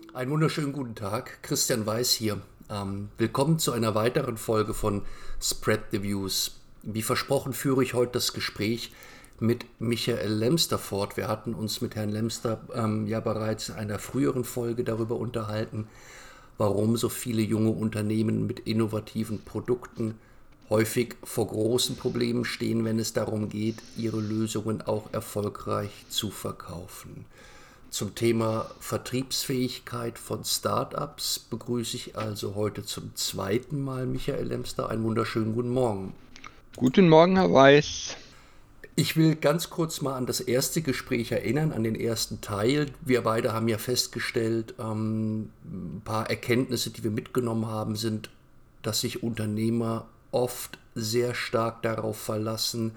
Einen wunderschönen guten Tag, Christian Weiß hier. Willkommen zu einer weiteren Folge von Spread the Views. Wie versprochen führe ich heute das Gespräch mit Michael Lemster fort. Wir hatten uns mit Herrn Lemster ja bereits in einer früheren Folge darüber unterhalten, warum so viele junge Unternehmen mit innovativen Produkten häufig vor großen Problemen stehen, wenn es darum geht, ihre Lösungen auch erfolgreich zu verkaufen. Zum Thema Vertriebsfähigkeit von Startups begrüße ich also heute zum zweiten Mal Michael Lemster. Einen wunderschönen guten Morgen. Guten Morgen, Herr Weiß. Ich will ganz kurz mal an das erste Gespräch erinnern, an den ersten Teil. Wir beide haben ja festgestellt, ein paar Erkenntnisse, die wir mitgenommen haben, sind, dass sich Unternehmer oft sehr stark darauf verlassen,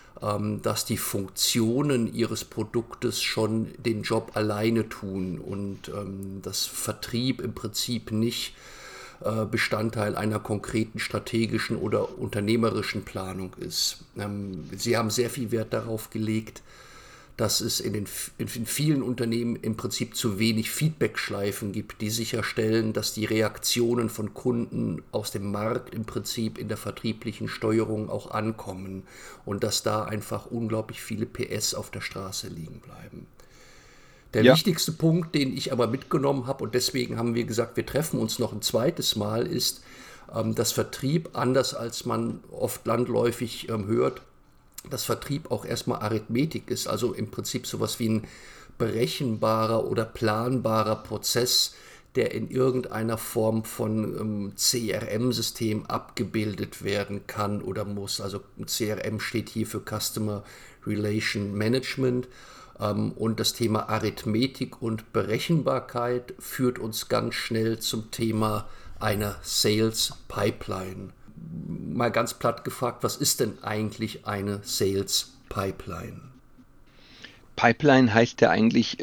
dass die Funktionen ihres Produktes schon den Job alleine tun und dass Vertrieb im Prinzip nicht Bestandteil einer konkreten strategischen oder unternehmerischen Planung ist. Sie haben sehr viel Wert darauf gelegt, dass es in vielen Unternehmen im Prinzip zu wenig Feedback-Schleifen gibt, die sicherstellen, dass die Reaktionen von Kunden aus dem Markt im Prinzip in der vertrieblichen Steuerung auch ankommen und dass da einfach unglaublich viele PS auf der Straße liegen bleiben. Der wichtigste Punkt, den ich aber mitgenommen habe, und deswegen haben wir gesagt, wir treffen uns noch ein zweites Mal, ist, dass Vertrieb, anders als man oft landläufig hört, dass Vertrieb auch erstmal Arithmetik ist, also im Prinzip sowas wie ein berechenbarer oder planbarer Prozess, der in irgendeiner Form von CRM-System abgebildet werden kann oder muss. Also CRM steht hier für Customer Relation Management. Und das Thema Arithmetik und Berechenbarkeit führt uns ganz schnell zum Thema einer Sales Pipeline. Mal ganz platt gefragt, was ist denn eigentlich eine Sales Pipeline? Pipeline heißt ja eigentlich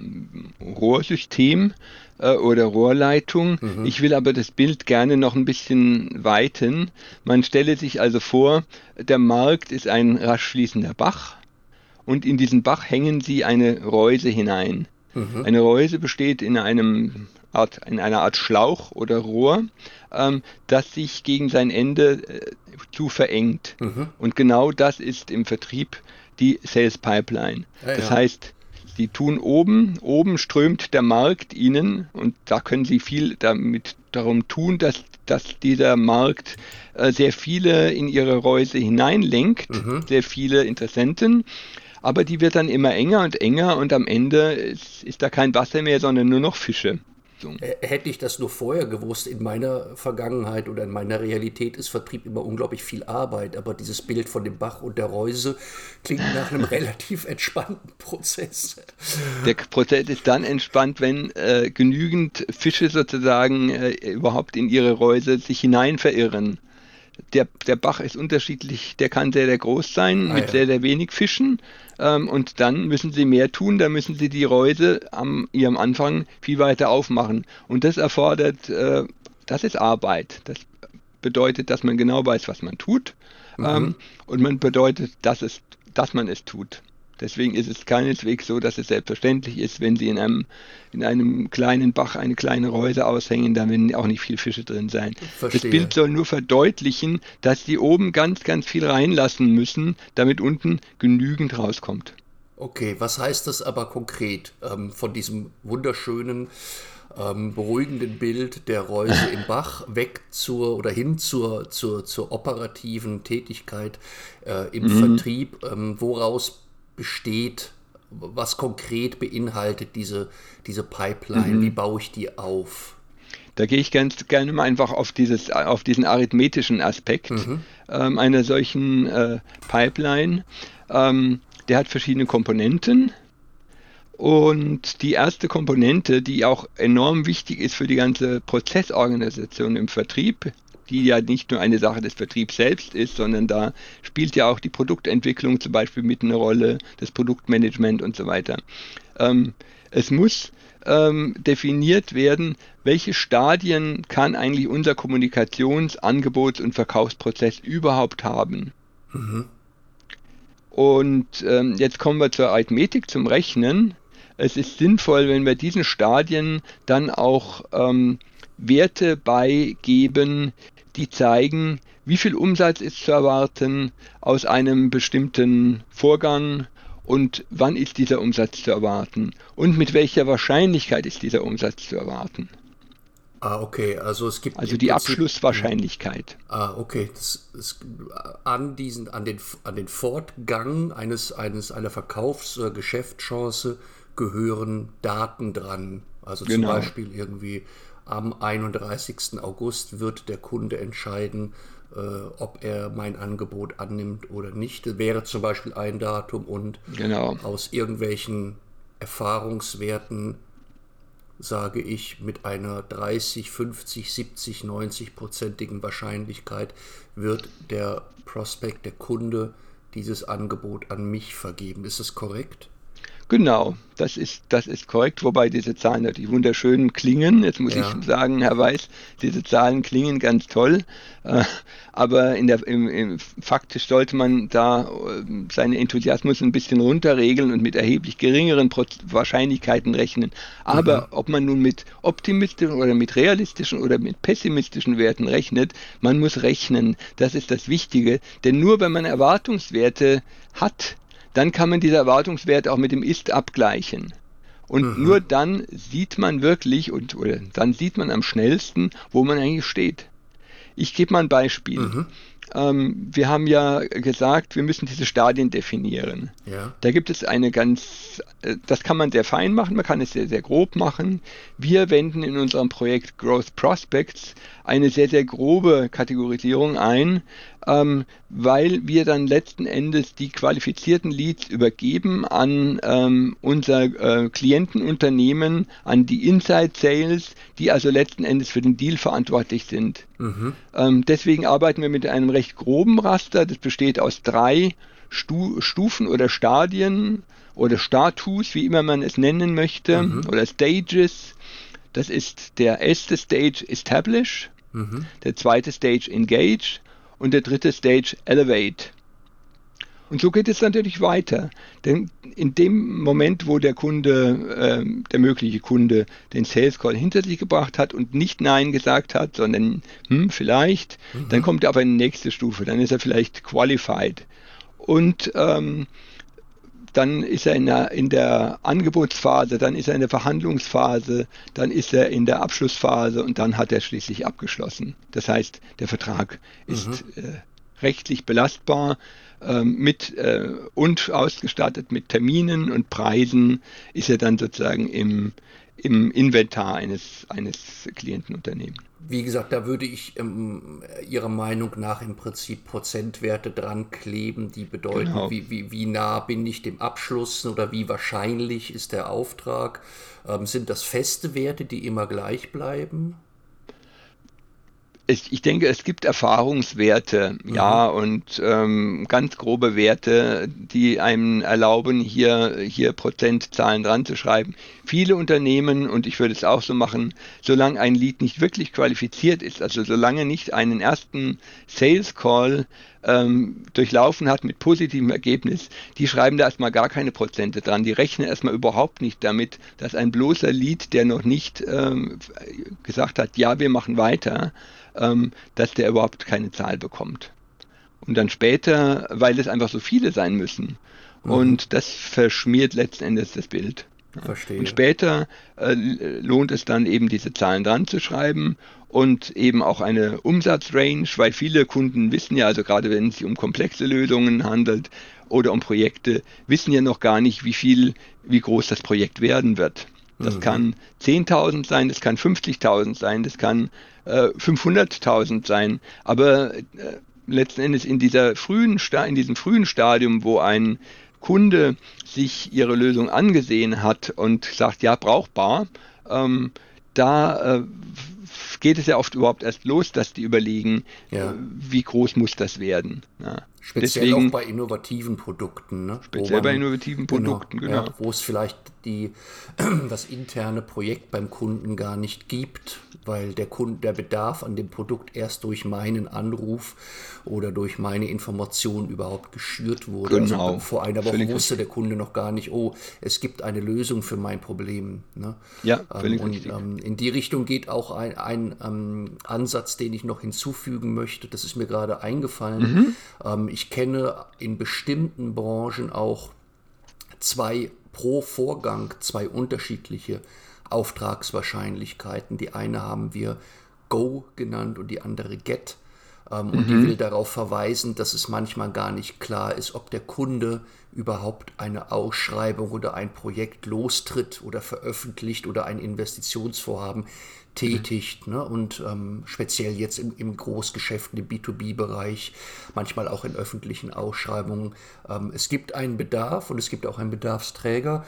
Rohrsystem oder Rohrleitung. Ich will aber das Bild gerne noch ein bisschen weiten. Man stelle sich also vor, der Markt ist ein rasch fließender Bach und in diesen Bach hängen Sie eine Reuse hinein. Eine Reuse besteht in einer Art Schlauch oder Rohr, das sich gegen sein Ende zu verengt. Und genau das ist im Vertrieb die Sales Pipeline. Ja, das ja. heißt, Sie tun oben strömt der Markt Ihnen und da können Sie viel damit darum tun, dass dieser Markt sehr viele in ihre Reuse hineinlenkt, sehr viele Interessenten. Aber die wird dann immer enger und am Ende ist da kein Wasser mehr, sondern nur noch Fische. So. Hätte ich das nur vorher gewusst, in meiner Vergangenheit oder in meiner Realität ist Vertrieb immer unglaublich viel Arbeit, aber dieses Bild von dem Bach und der Reuse klingt nach einem relativ entspannten Prozess. Der Prozess ist dann entspannt, wenn genügend Fische sozusagen überhaupt in ihre Reuse sich hinein verirren. Der Bach ist unterschiedlich, der kann sehr, sehr groß sein, mit sehr, sehr wenig Fischen. Und dann müssen sie mehr tun, da müssen sie die Reuse ihrem Anfang viel weiter aufmachen. Und das erfordert, das ist Arbeit. Das bedeutet, dass man genau weiß, was man tut. Und man bedeutet, dass man es tut. Deswegen ist es keineswegs so, dass es selbstverständlich ist, wenn Sie in einem kleinen Bach eine kleine Reuse aushängen, dann werden auch nicht viele Fische drin sein. Verstehe. Das Bild soll nur verdeutlichen, dass Sie oben ganz, ganz viel reinlassen müssen, damit unten genügend rauskommt. Okay, was heißt das aber konkret von diesem wunderschönen, beruhigenden Bild der Reuse im Bach weg hin zur operativen Tätigkeit im Vertrieb? Woraus besteht, was konkret beinhaltet diese Pipeline? Wie baue ich die auf? Da gehe ich ganz gerne mal einfach auf diesen arithmetischen Aspekt einer solchen Pipeline. Der hat verschiedene Komponenten. Und die erste Komponente, die auch enorm wichtig ist für die ganze Prozessorganisation im Vertrieb, die ja nicht nur eine Sache des Vertriebs selbst ist, sondern da spielt ja auch die Produktentwicklung zum Beispiel mit eine Rolle, das Produktmanagement und so weiter. Es muss definiert werden, welche Stadien kann eigentlich unser Kommunikations-, Angebots- und Verkaufsprozess überhaupt haben. Und jetzt kommen wir zur Arithmetik, zum Rechnen. es ist sinnvoll, wenn wir diesen Stadien dann auch Werte beigeben, die zeigen, wie viel Umsatz ist zu erwarten aus einem bestimmten Vorgang und wann ist dieser Umsatz zu erwarten und mit welcher Wahrscheinlichkeit ist dieser Umsatz zu erwarten. Okay, also es gibt Also die Abschlusswahrscheinlichkeit. Okay, an den Fortgang einer Verkaufs- oder Geschäftschance gehören Daten dran. Also zum Beispiel irgendwie am 31. August wird der Kunde entscheiden, ob er mein Angebot annimmt oder nicht. Das wäre zum Beispiel ein Datum und aus irgendwelchen Erfahrungswerten sage ich, mit einer 30, 50, 70, 90-prozentigen Wahrscheinlichkeit wird der Prospect, der Kunde, dieses Angebot an mich vergeben. Ist das korrekt? Genau, das ist korrekt, wobei diese Zahlen natürlich wunderschön klingen. Jetzt muss ich sagen, Herr Weiß, diese Zahlen klingen ganz toll, aber faktisch sollte man da seinen Enthusiasmus ein bisschen runterregeln und mit erheblich geringeren Wahrscheinlichkeiten rechnen. Aber ob man nun mit optimistischen oder mit realistischen oder mit pessimistischen Werten rechnet, man muss rechnen. Das ist das Wichtige, denn nur wenn man Erwartungswerte hat, dann kann man diese Erwartungswerte auch mit dem Ist abgleichen. Und nur dann sieht man wirklich, oder dann sieht man am schnellsten, wo man eigentlich steht. Ich gebe mal ein Beispiel. Wir haben ja gesagt, wir müssen diese Stadien definieren. Ja. Da gibt es das kann man sehr fein machen, man kann es sehr, sehr grob machen. Wir wenden in unserem Projekt Growth Prospects eine sehr, sehr grobe Kategorisierung ein, weil wir dann letzten Endes die qualifizierten Leads übergeben an unser Klientenunternehmen, an die Inside Sales, die also letzten Endes für den Deal verantwortlich sind. Deswegen arbeiten wir mit einem recht groben Raster, das besteht aus 3 Stufen oder Stadien oder Status, wie immer man es nennen möchte, oder Stages. Das ist der erste Stage Establish, der zweite Stage Engage und der dritte Stage Elevate. Und so geht es natürlich weiter. Denn in dem Moment, wo der mögliche Kunde den Sales Call hinter sich gebracht hat und nicht Nein gesagt hat, sondern vielleicht, dann kommt er auf eine nächste Stufe. Dann ist er vielleicht qualified. Und dann ist er in der Angebotsphase, dann ist er in der Verhandlungsphase, dann ist er in der Abschlussphase und dann hat er schließlich abgeschlossen. Das heißt, der Vertrag ist rechtlich belastbar und ausgestattet mit Terminen und Preisen, ist er dann sozusagen im Inventar eines Klientenunternehmens. Wie gesagt, da würde ich Ihrer Meinung nach im Prinzip Prozentwerte dran kleben, die bedeuten, wie nah bin ich dem Abschluss oder wie wahrscheinlich ist der Auftrag. Sind das feste Werte, die immer gleich bleiben? Ich denke, es gibt Erfahrungswerte, und ganz grobe Werte, die einem erlauben, hier Prozentzahlen dran zu schreiben. Viele Unternehmen, und ich würde es auch so machen, solange ein Lead nicht wirklich qualifiziert ist, also solange nicht einen ersten Sales Call durchlaufen hat mit positivem Ergebnis, die schreiben da erstmal gar keine Prozente dran. Die rechnen erstmal überhaupt nicht damit, dass ein bloßer Lead, der noch nicht gesagt hat, ja, wir machen weiter, dass der überhaupt keine Zahl bekommt. Und dann später, weil es einfach so viele sein müssen. Und das verschmiert letzten Endes das Bild. Verstehe. Und später lohnt es dann eben, diese Zahlen dran zu schreiben und eben auch eine Umsatzrange, weil viele Kunden wissen ja, also gerade wenn es sich um komplexe Lösungen handelt oder um Projekte, wissen ja noch gar nicht, wie groß das Projekt werden wird. Das kann 10.000 sein, das kann 50.000 sein, das kann 500.000 sein, aber letzten Endes in diesem frühen Stadium, wo ein Kunde sich ihre Lösung angesehen hat und sagt, ja, brauchbar, da geht es ja oft überhaupt erst los, dass die überlegen, wie groß muss das werden. Ja. Speziell Deswegen, auch bei innovativen Produkten, ne? speziell bei innovativen Produkten, genau. Ja, wo es vielleicht das interne Projekt beim Kunden gar nicht gibt, weil der Bedarf an dem Produkt erst durch meinen Anruf oder durch meine Information überhaupt geschürt wurde. Genau. Also vor einer Woche Völlig wusste richtig. der Kunde noch gar nicht, oh, es gibt eine Lösung für mein Problem. Ne? Ja, völlig Und richtig. in die Richtung geht auch ein Ansatz, den ich noch hinzufügen möchte. Das ist mir gerade eingefallen. Ich kenne in bestimmten Branchen auch pro Vorgang zwei unterschiedliche Auftragswahrscheinlichkeiten. Die eine haben wir Go genannt und die andere Get. Und die will darauf verweisen, dass es manchmal gar nicht klar ist, ob der Kunde überhaupt eine Ausschreibung oder ein Projekt lostritt oder veröffentlicht oder ein Investitionsvorhaben tätigt. Ne? Und speziell jetzt im Großgeschäft, im B2B-Bereich, manchmal auch in öffentlichen Ausschreibungen. Es gibt einen Bedarf und es gibt auch einen Bedarfsträger,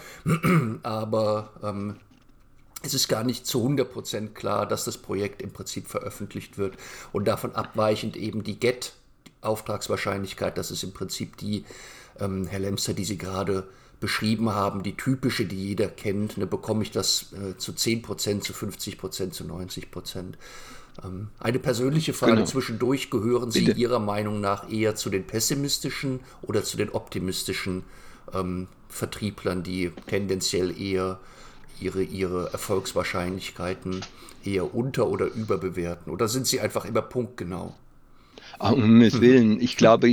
aber es ist gar nicht zu 100% klar, dass das Projekt im Prinzip veröffentlicht wird. Und davon abweichend eben die Get-Auftragswahrscheinlichkeit, das ist im Prinzip die, Herr Lemster, die Sie gerade beschrieben haben, die typische, die jeder kennt. Ne, bekomme ich das zu 10%, zu 50%, zu 90%? Eine persönliche Frage zwischendurch. Gehören Sie Ihrer Meinung nach eher zu den pessimistischen oder zu den optimistischen Vertrieblern, die tendenziell eher ihre Erfolgswahrscheinlichkeiten eher unter- oder überbewerten? Oder sind sie einfach immer punktgenau? Um Himmels Willen, ich glaube,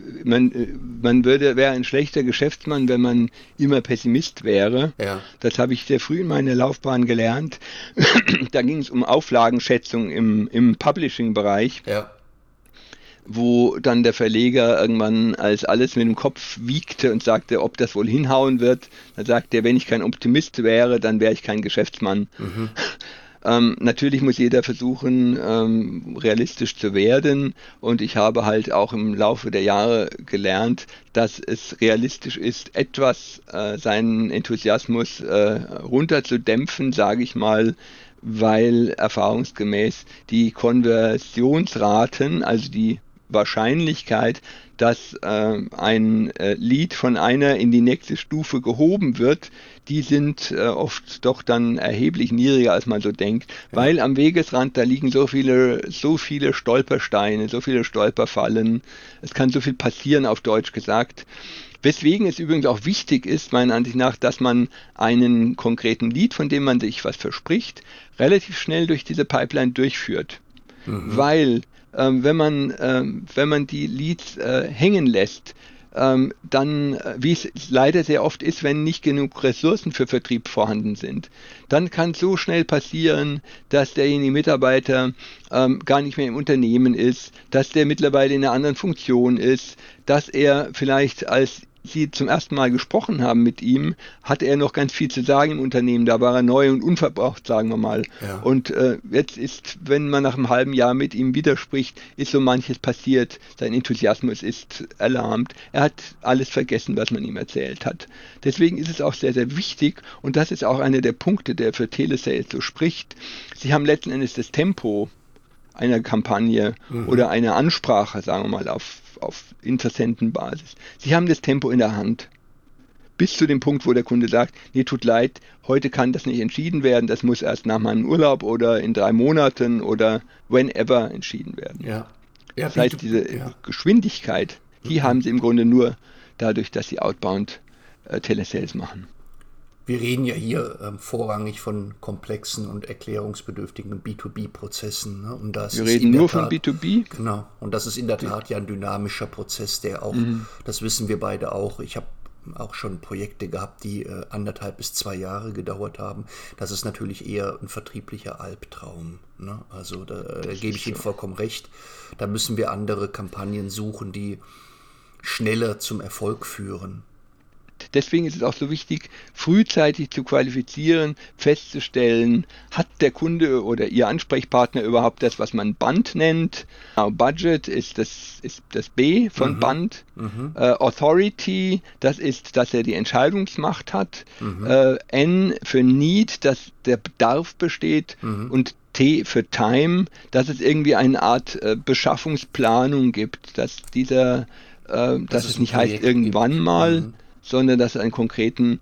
man wäre ein schlechter Geschäftsmann, wenn man immer Pessimist wäre. Ja. Das habe ich sehr früh in meiner Laufbahn gelernt. Da ging es um Auflagenschätzung im Publishing-Bereich. Ja. Wo dann der Verleger irgendwann als alles mit dem Kopf wiegte und sagte, ob das wohl hinhauen wird. Dann sagte er, wenn ich kein Optimist wäre, dann wäre ich kein Geschäftsmann. Natürlich muss jeder versuchen, realistisch zu werden, und ich habe halt auch im Laufe der Jahre gelernt, dass es realistisch ist, etwas seinen Enthusiasmus runterzudämpfen, sage ich mal, weil erfahrungsgemäß die Konversionsraten, also die Wahrscheinlichkeit, dass ein Lead von einer in die nächste Stufe gehoben wird, die sind oft doch dann erheblich niedriger, als man so denkt, weil am Wegesrand, da liegen so viele Stolpersteine, so viele Stolperfallen, es kann so viel passieren, auf Deutsch gesagt. Weswegen es übrigens auch wichtig ist, meiner Ansicht nach, dass man einen konkreten Lead, von dem man sich was verspricht, relativ schnell durch diese Pipeline durchführt. Weil wenn man die Leads hängen lässt, dann, wie es leider sehr oft ist, wenn nicht genug Ressourcen für Vertrieb vorhanden sind, dann kann so schnell passieren, dass derjenige Mitarbeiter gar nicht mehr im Unternehmen ist, dass der mittlerweile in einer anderen Funktion ist, dass er vielleicht, als Sie zum ersten Mal gesprochen haben mit ihm, hatte er noch ganz viel zu sagen im Unternehmen. Da war er neu und unverbraucht, sagen wir mal. Ja. Und jetzt ist, wenn man nach einem halben Jahr mit ihm widerspricht, ist so manches passiert. Sein Enthusiasmus ist erlahmt. Er hat alles vergessen, was man ihm erzählt hat. Deswegen ist es auch sehr, sehr wichtig, und das ist auch einer der Punkte, der für Telesales so spricht. Sie haben letzten Endes das Tempo einer Kampagne oder einer Ansprache, sagen wir mal, auf Interessentenbasis. Sie haben das Tempo in der Hand. Bis zu dem Punkt, wo der Kunde sagt, nee, tut leid, heute kann das nicht entschieden werden, das muss erst nach meinem Urlaub oder in 3 Monaten oder whenever entschieden werden. Ja. Das heißt, diese Geschwindigkeit, die haben Sie im Grunde nur dadurch, dass Sie Outbound Telesales machen. Wir reden ja hier vorrangig von komplexen und erklärungsbedürftigen B2B-Prozessen. Ne? Und das wir reden nur von B2B? Genau. Und das ist in der Tat ja ein dynamischer Prozess, der auch, das wissen wir beide auch, ich habe auch schon Projekte gehabt, die 1,5 bis 2 Jahre gedauert haben. Das ist natürlich eher ein vertrieblicher Albtraum. Ne? Also da gebe ich Ihnen vollkommen recht. Da müssen wir andere Kampagnen suchen, die schneller zum Erfolg führen. Deswegen ist es auch so wichtig, frühzeitig zu qualifizieren, festzustellen, hat der Kunde oder Ihr Ansprechpartner überhaupt das, was man Band nennt. Budget ist das B von Band. Authority, das ist, dass er die Entscheidungsmacht hat. N für Need, dass der Bedarf besteht. Und T für Time, dass es irgendwie eine Art Beschaffungsplanung gibt, dass dieser dass es nicht heißt irgendwann mal, sondern dass es einen konkreten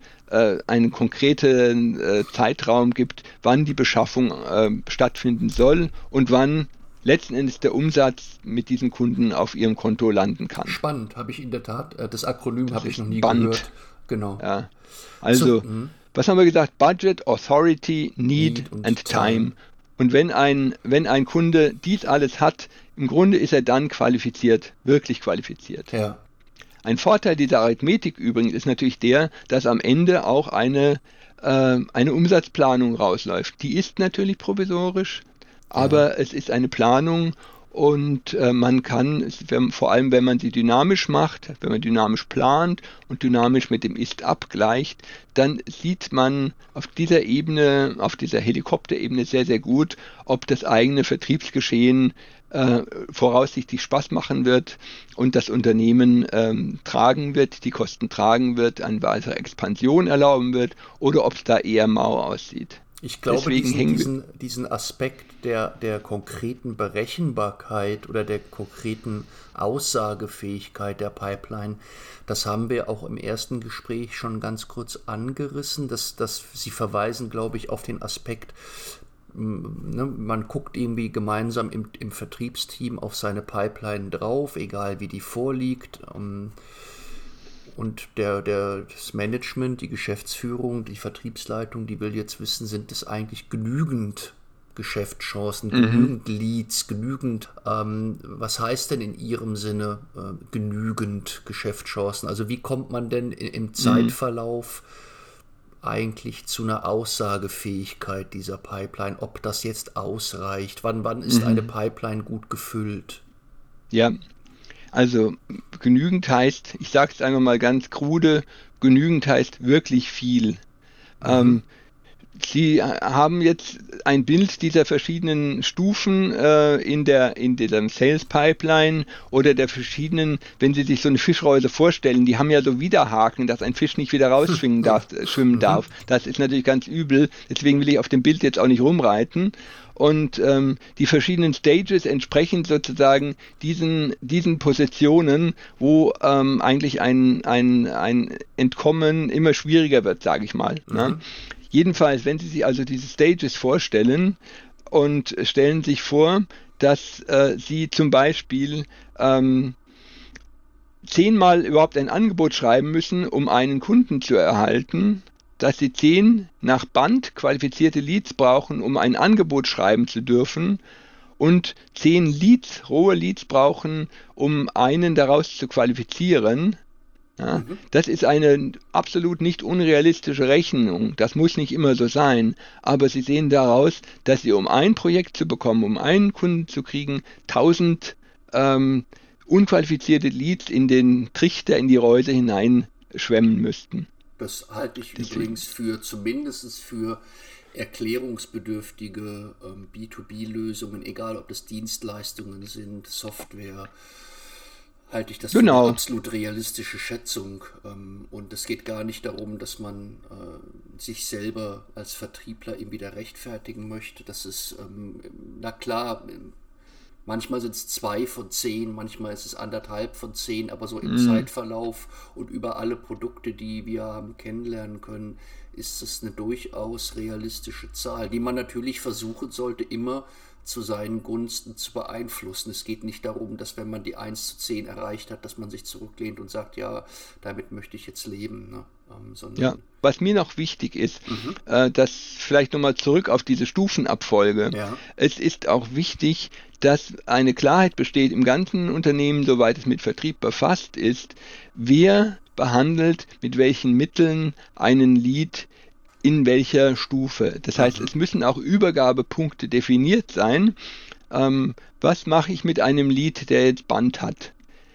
Zeitraum gibt, wann die Beschaffung stattfinden soll und wann letzten Endes der Umsatz mit diesen Kunden auf ihrem Konto landen kann. Spannend, habe ich in der Tat. Das Akronym habe ich noch nie gehört. Genau. Ja. Also, was haben wir gesagt? Budget, Authority, Need and Time. Und wenn ein Kunde dies alles hat, im Grunde ist er dann qualifiziert, wirklich qualifiziert. Ja. Ein Vorteil dieser Arithmetik übrigens ist natürlich der, dass am Ende auch eine Umsatzplanung rausläuft. Die ist natürlich provisorisch, aber es ist eine Planung und man kann, vor allem wenn man sie dynamisch macht, wenn man dynamisch plant und dynamisch mit dem Ist abgleicht, dann sieht man auf dieser Ebene, auf dieser Helikopterebene sehr, sehr gut, ob das eigene Vertriebsgeschehen voraussichtlich Spaß machen wird und das Unternehmen tragen wird, die Kosten tragen wird, eine weitere Expansion erlauben wird oder ob es da eher mau aussieht. Ich glaube, diesen Aspekt der konkreten Berechenbarkeit oder der konkreten Aussagefähigkeit der Pipeline, das haben wir auch im ersten Gespräch schon ganz kurz angerissen. Sie verweisen, glaube ich, auf den Aspekt, man guckt irgendwie gemeinsam im Vertriebsteam auf seine Pipeline drauf, egal wie die vorliegt. Und das Management, die Geschäftsführung, die Vertriebsleitung, die will jetzt wissen, sind es eigentlich genügend Geschäftschancen, genügend Leads, genügend, was heißt denn in Ihrem Sinne genügend Geschäftschancen? Also wie kommt man denn im Zeitverlauf eigentlich zu einer Aussagefähigkeit dieser Pipeline, ob das jetzt ausreicht? Wann ist eine Pipeline gut gefüllt? Ja, also genügend heißt, ich sage es einfach mal ganz krude, genügend heißt wirklich viel. Sie haben jetzt ein Bild dieser verschiedenen Stufen in dieser Sales Pipeline oder der verschiedenen, wenn Sie sich so eine Fischreuse vorstellen, die haben ja so Widerhaken, dass ein Fisch nicht wieder rausschwimmen darf. Das ist natürlich ganz übel, deswegen will ich auf dem Bild jetzt auch nicht rumreiten. Und die verschiedenen Stages entsprechen sozusagen diesen Positionen, wo eigentlich ein Entkommen immer schwieriger wird, sage ich mal. Ne? Jedenfalls, wenn Sie sich also diese Stages vorstellen und stellen sich vor, dass Sie zum Beispiel 10-mal überhaupt ein Angebot schreiben müssen, um einen Kunden zu erhalten, dass Sie 10 nach Band qualifizierte Leads brauchen, um ein Angebot schreiben zu dürfen und 10 Leads, rohe Leads brauchen, um einen daraus zu qualifizieren. Ja, das ist eine absolut nicht unrealistische Rechnung. Das muss nicht immer so sein. Aber Sie sehen daraus, dass Sie, um ein Projekt zu bekommen, um einen Kunden zu kriegen, 1000 unqualifizierte Leads in den Trichter, in die Reuse hineinschwemmen müssten. Das halte ich übrigens zumindest für erklärungsbedürftige B2B-Lösungen, egal ob das Dienstleistungen sind, Software, halte ich das für eine absolut realistische Schätzung. Und es geht gar nicht darum, dass man sich selber als Vertriebler eben wieder rechtfertigen möchte. Das ist, na klar, manchmal sind es 2 von 10, manchmal ist es 1,5 von 10, aber so im Zeitverlauf und über alle Produkte, die wir haben kennenlernen können, ist es eine durchaus realistische Zahl, die man natürlich versuchen sollte, immer zu seinen Gunsten zu beeinflussen. Es geht nicht darum, dass wenn man die 1 zu 10 erreicht hat, dass man sich zurücklehnt und sagt, ja, damit möchte ich jetzt leben. Ne? Ja, was mir noch wichtig ist, dass vielleicht nochmal zurück auf diese Stufenabfolge. Ja. Es ist auch wichtig, dass eine Klarheit besteht im ganzen Unternehmen, soweit es mit Vertrieb befasst ist, wer behandelt mit welchen Mitteln einen Lead in welcher Stufe. Das heißt, es müssen auch Übergabepunkte definiert sein. Was mache ich mit einem Lead, der jetzt Band hat?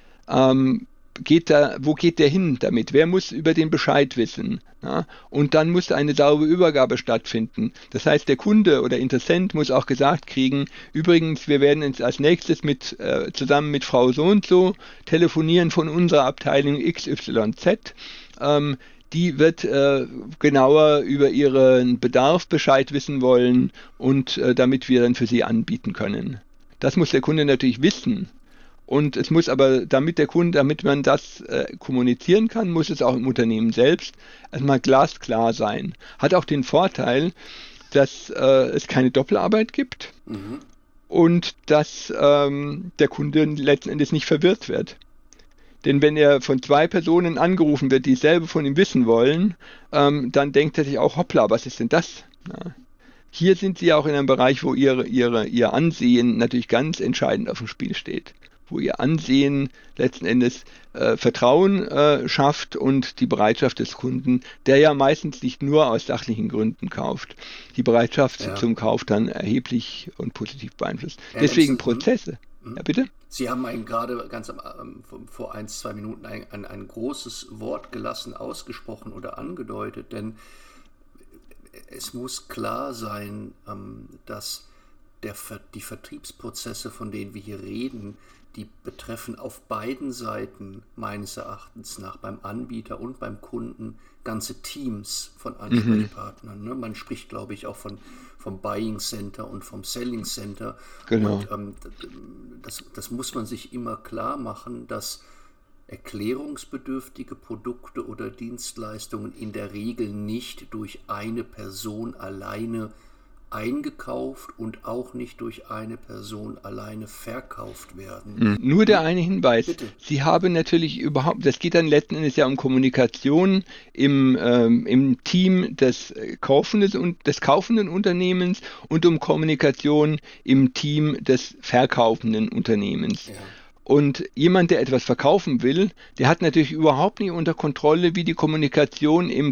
Wo geht der hin damit? Wer muss über den Bescheid wissen? Ja? Und dann muss eine saubere Übergabe stattfinden. Das heißt, der Kunde oder Interessent muss auch gesagt kriegen, übrigens, wir werden jetzt als nächstes zusammen mit Frau so und so telefonieren von unserer Abteilung XYZ. Die wird genauer über ihren Bedarf Bescheid wissen wollen und damit wir dann für sie anbieten können. Das muss der Kunde natürlich wissen. Und es muss aber, damit man das kommunizieren kann, muss es auch im Unternehmen selbst erstmal glasklar sein. Hat auch den Vorteil, dass es keine Doppelarbeit gibt und dass der Kunde letzten Endes nicht verwirrt wird. Denn wenn er von 2 Personen angerufen wird, die dasselbe von ihm wissen wollen, dann denkt er sich auch, hoppla, was ist denn das? Ja. Hier sind Sie auch in einem Bereich, wo Ihr Ansehen natürlich ganz entscheidend auf dem Spiel steht. Wo Ihr Ansehen letzten Endes Vertrauen schafft und die Bereitschaft des Kunden, der ja meistens nicht nur aus sachlichen Gründen kauft, die Bereitschaft zum Kauf dann erheblich und positiv beeinflusst. Deswegen Prozesse. Ja, bitte? Sie haben gerade ganz vor 1-2 Minuten ein großes Wort gelassen ausgesprochen oder angedeutet, denn es muss klar sein, dass die Vertriebsprozesse, von denen wir hier reden, die betreffen auf beiden Seiten meines Erachtens nach, beim Anbieter und beim Kunden, ganze Teams von Ansprechpartnern. Ne? Man spricht, glaube ich, auch vom Buying Center und vom Selling Center. Genau. Und das muss man sich immer klar machen, dass erklärungsbedürftige Produkte oder Dienstleistungen in der Regel nicht durch eine Person alleine eingekauft und auch nicht durch eine Person alleine verkauft werden. Nur der eine Hinweis. Bitte. Sie haben natürlich das geht dann letzten Endes ja um Kommunikation im Team des kaufenden Unternehmens und um Kommunikation im Team des verkaufenden Unternehmens. Ja. Und jemand, der etwas verkaufen will, der hat natürlich überhaupt nicht unter Kontrolle, wie die Kommunikation im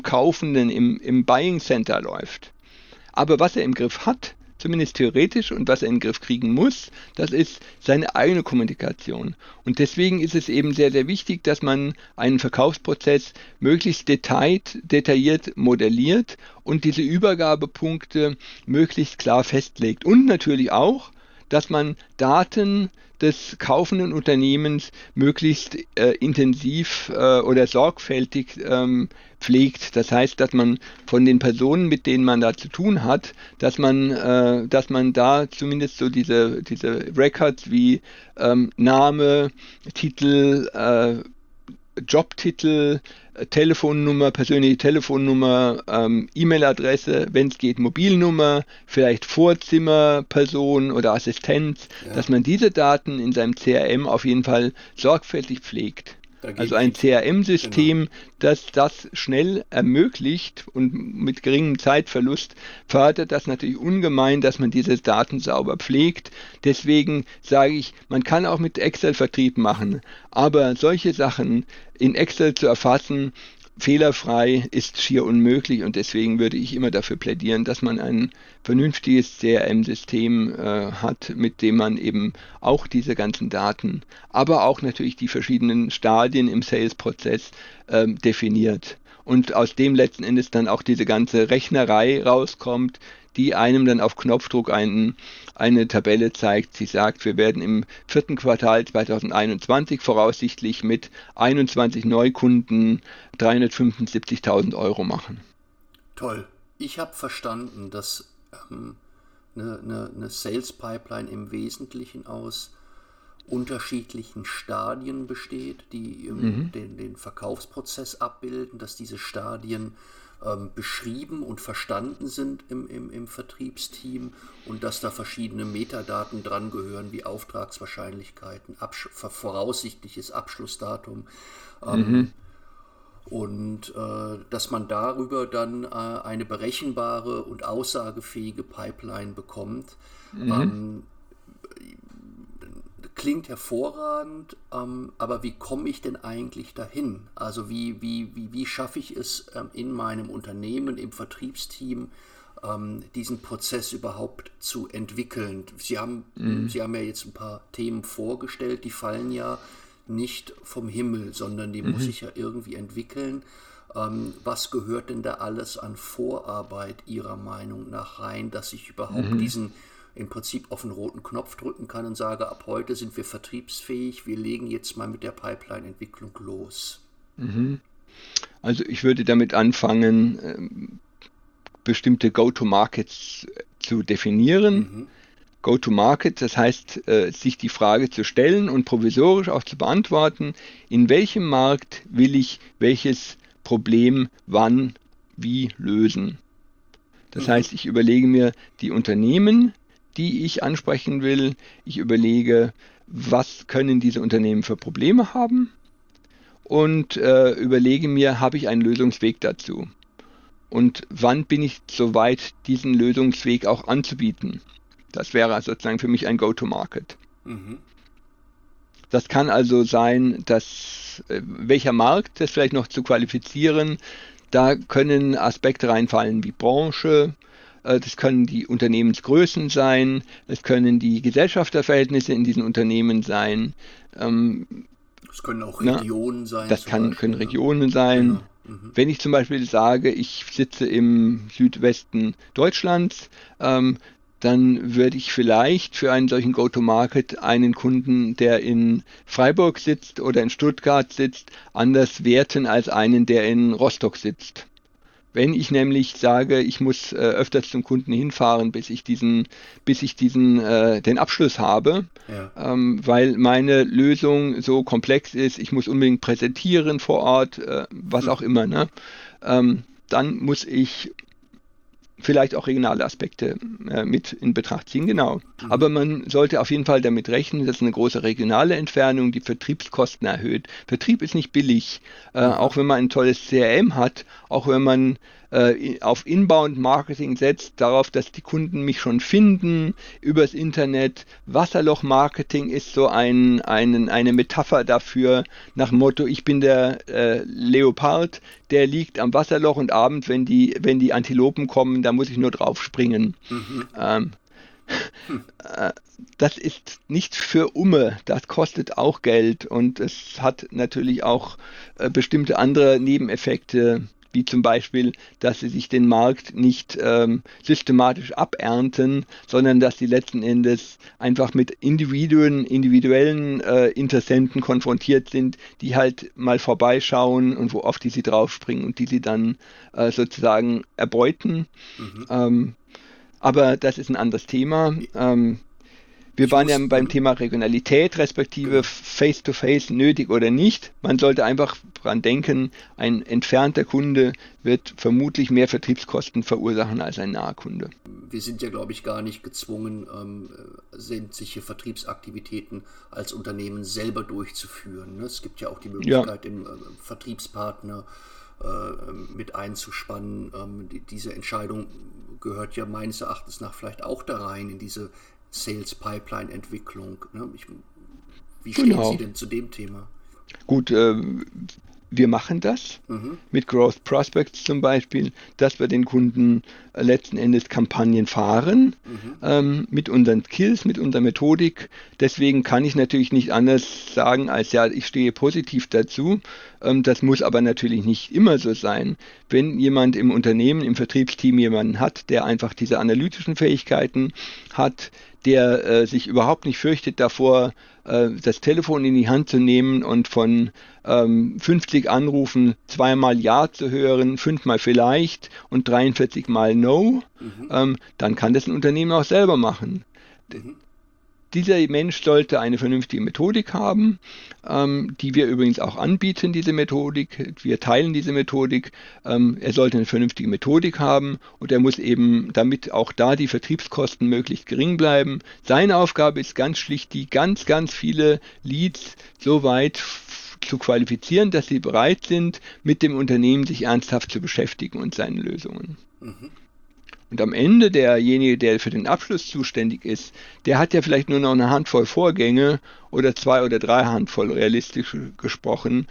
Buying Center läuft. Aber was er im Griff hat, zumindest theoretisch, und was er in den Griff kriegen muss, das ist seine eigene Kommunikation. Und deswegen ist es eben sehr, sehr wichtig, dass man einen Verkaufsprozess möglichst detailliert modelliert und diese Übergabepunkte möglichst klar festlegt. Und natürlich auch, dass man Daten des kaufenden Unternehmens möglichst intensiv oder sorgfältig pflegt. Das heißt, dass man von den Personen, mit denen man da zu tun hat, dass man da zumindest so diese Records wie Name, Titel, Jobtitel, Telefonnummer, persönliche Telefonnummer, E-Mail-Adresse, wenn es geht, Mobilnummer, vielleicht Vorzimmer, Person oder Assistenz, dass man diese Daten in seinem CRM auf jeden Fall sorgfältig pflegt. Also ein CRM-System, das das schnell ermöglicht und mit geringem Zeitverlust fördert das natürlich ungemein, dass man diese Daten sauber pflegt. Deswegen sage ich, man kann auch mit Excel Vertrieb machen, aber solche Sachen in Excel zu erfassen, fehlerfrei ist schier unmöglich und deswegen würde ich immer dafür plädieren, dass man ein vernünftiges CRM-System hat, mit dem man eben auch diese ganzen Daten, aber auch natürlich die verschiedenen Stadien im Sales-Prozess definiert und aus dem letzten Endes dann auch diese ganze Rechnerei rauskommt, die einem dann auf Knopfdruck eine Tabelle zeigt. Sie sagt, wir werden im 4. Quartal 2021 voraussichtlich mit 21 Neukunden 375.000 Euro machen. Toll. Ich habe verstanden, dass eine Sales Pipeline im Wesentlichen aus unterschiedlichen Stadien besteht, die den Verkaufsprozess abbilden, dass diese Stadien beschrieben und verstanden sind im Vertriebsteam und dass da verschiedene Metadaten dran gehören, wie Auftragswahrscheinlichkeiten, voraussichtliches Abschlussdatum und dass man darüber dann eine berechenbare und aussagefähige Pipeline bekommt. Klingt hervorragend, aber wie komme ich denn eigentlich dahin? Also wie schaffe ich es in meinem Unternehmen, im Vertriebsteam, diesen Prozess überhaupt zu entwickeln? Sie haben ja jetzt ein paar Themen vorgestellt, die fallen ja nicht vom Himmel, sondern die muss ich ja irgendwie entwickeln. Was gehört denn da alles an Vorarbeit Ihrer Meinung nach rein, dass ich überhaupt diesen im Prinzip auf den roten Knopf drücken kann und sage, ab heute sind wir vertriebsfähig, wir legen jetzt mal mit der Pipeline-Entwicklung los? Also ich würde damit anfangen, bestimmte Go-to-Markets zu definieren. Go-to-Market, das heißt, sich die Frage zu stellen und provisorisch auch zu beantworten, in welchem Markt will ich welches Problem wann, wie lösen. Das heißt, ich überlege mir die Unternehmen, die ich ansprechen will. Ich überlege, was können diese Unternehmen für Probleme haben und überlege mir, habe ich einen Lösungsweg dazu? Und wann bin ich soweit, diesen Lösungsweg auch anzubieten? Das wäre sozusagen für mich ein Go-to-Market. Das kann also sein, dass welcher Markt, das vielleicht noch zu qualifizieren, da können Aspekte reinfallen wie Branche, das können die Unternehmensgrößen sein, es können die Gesellschafterverhältnisse in diesen Unternehmen sein. Das können auch Regionen sein. Das können Regionen sein. Genau. Wenn ich zum Beispiel sage, ich sitze im Südwesten Deutschlands, dann würde ich vielleicht für einen solchen Go-to-Market einen Kunden, der in Freiburg sitzt oder in Stuttgart sitzt, anders werten als einen, der in Rostock sitzt. Wenn ich nämlich sage, ich muss öfters zum Kunden hinfahren, bis ich den Abschluss habe, weil meine Lösung so komplex ist, ich muss unbedingt präsentieren vor Ort, was auch immer, ne? Dann muss ich vielleicht auch regionale Aspekte mit in Betracht ziehen, genau. Aber man sollte auf jeden Fall damit rechnen, dass eine große regionale Entfernung die Vertriebskosten erhöht. Vertrieb ist nicht billig, auch wenn man ein tolles CRM hat, auch wenn man auf Inbound-Marketing setzt, darauf, dass die Kunden mich schon finden, übers Internet. Wasserloch-Marketing ist so eine Metapher dafür, nach dem Motto, ich bin der Leopard, der liegt am Wasserloch und abends, wenn die Antilopen kommen, da muss ich nur drauf springen. Das ist nicht für Umme, das kostet auch Geld und es hat natürlich auch bestimmte andere Nebeneffekte, wie zum Beispiel, dass sie sich den Markt nicht systematisch abernten, sondern dass sie letzten Endes einfach mit individuellen Interessenten konfrontiert sind, die halt mal vorbeischauen und auf die sie draufspringen und die sie dann sozusagen erbeuten. Aber das ist ein anderes Thema. Wir waren ja beim Thema Regionalität, respektive Face-to-Face nötig oder nicht. Man sollte einfach dran denken, ein entfernter Kunde wird vermutlich mehr Vertriebskosten verursachen als ein naher Kunde. Wir sind ja, glaube ich, gar nicht gezwungen, sämtliche Vertriebsaktivitäten als Unternehmen selber durchzuführen. Es gibt ja auch die Möglichkeit, den Vertriebspartner mit einzuspannen. Diese Entscheidung gehört ja meines Erachtens nach vielleicht auch da rein in diese Sales-Pipeline-Entwicklung. Ne? Wie stehen Sie denn zu dem Thema? Gut, wir machen das mit Growth Prospects zum Beispiel, dass wir den Kunden letzten Endes Kampagnen fahren mit unseren Skills, mit unserer Methodik. Deswegen kann ich natürlich nicht anders sagen, als ja, ich stehe positiv dazu. Das muss aber natürlich nicht immer so sein. Wenn jemand im Unternehmen, im Vertriebsteam jemanden hat, der einfach diese analytischen Fähigkeiten hat, der sich überhaupt nicht fürchtet davor, das Telefon in die Hand zu nehmen und von 50 Anrufen 2-mal Ja zu hören, 5-mal vielleicht und 43-mal No, dann kann das ein Unternehmen auch selber machen. Dieser Mensch sollte eine vernünftige Methodik haben, die wir übrigens auch anbieten, diese Methodik. Wir teilen diese Methodik. Er sollte eine vernünftige Methodik haben und er muss eben, damit auch da die Vertriebskosten möglichst gering bleiben. Seine Aufgabe ist ganz schlicht, die ganz, ganz viele Leads so weit zu qualifizieren, dass sie bereit sind, mit dem Unternehmen sich ernsthaft zu beschäftigen und seinen Lösungen. Und am Ende derjenige, der für den Abschluss zuständig ist, der hat ja vielleicht nur noch eine Handvoll Vorgänge oder 2 oder 3 Handvoll realistisch gesprochen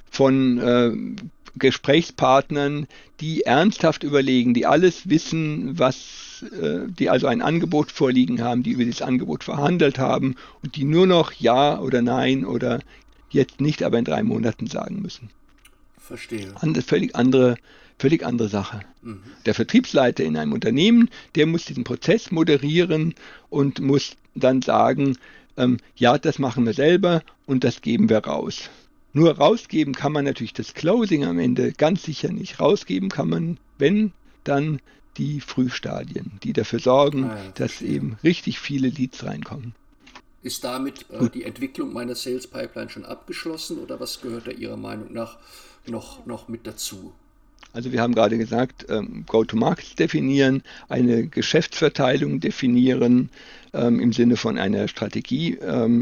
von Gesprächspartnern, die ernsthaft überlegen, die alles wissen, die also ein Angebot vorliegen haben, die über dieses Angebot verhandelt haben und die nur noch Ja oder Nein oder jetzt nicht, aber in 3 Monaten sagen müssen. Verstehe. Völlig andere Sache. Der Vertriebsleiter in einem Unternehmen, der muss diesen Prozess moderieren und muss dann sagen, ja, das machen wir selber und das geben wir raus. Nur rausgeben kann man natürlich das Closing am Ende ganz sicher nicht. Rausgeben kann man, wenn dann die Frühstadien, die dafür sorgen, dass eben richtig viele Leads reinkommen. Ist damit die Entwicklung meiner Sales Pipeline schon abgeschlossen oder was gehört da Ihrer Meinung nach noch mit dazu? Also wir haben gerade gesagt, Go-to-Markets definieren, eine Geschäftsverteilung definieren im Sinne von einer Strategie,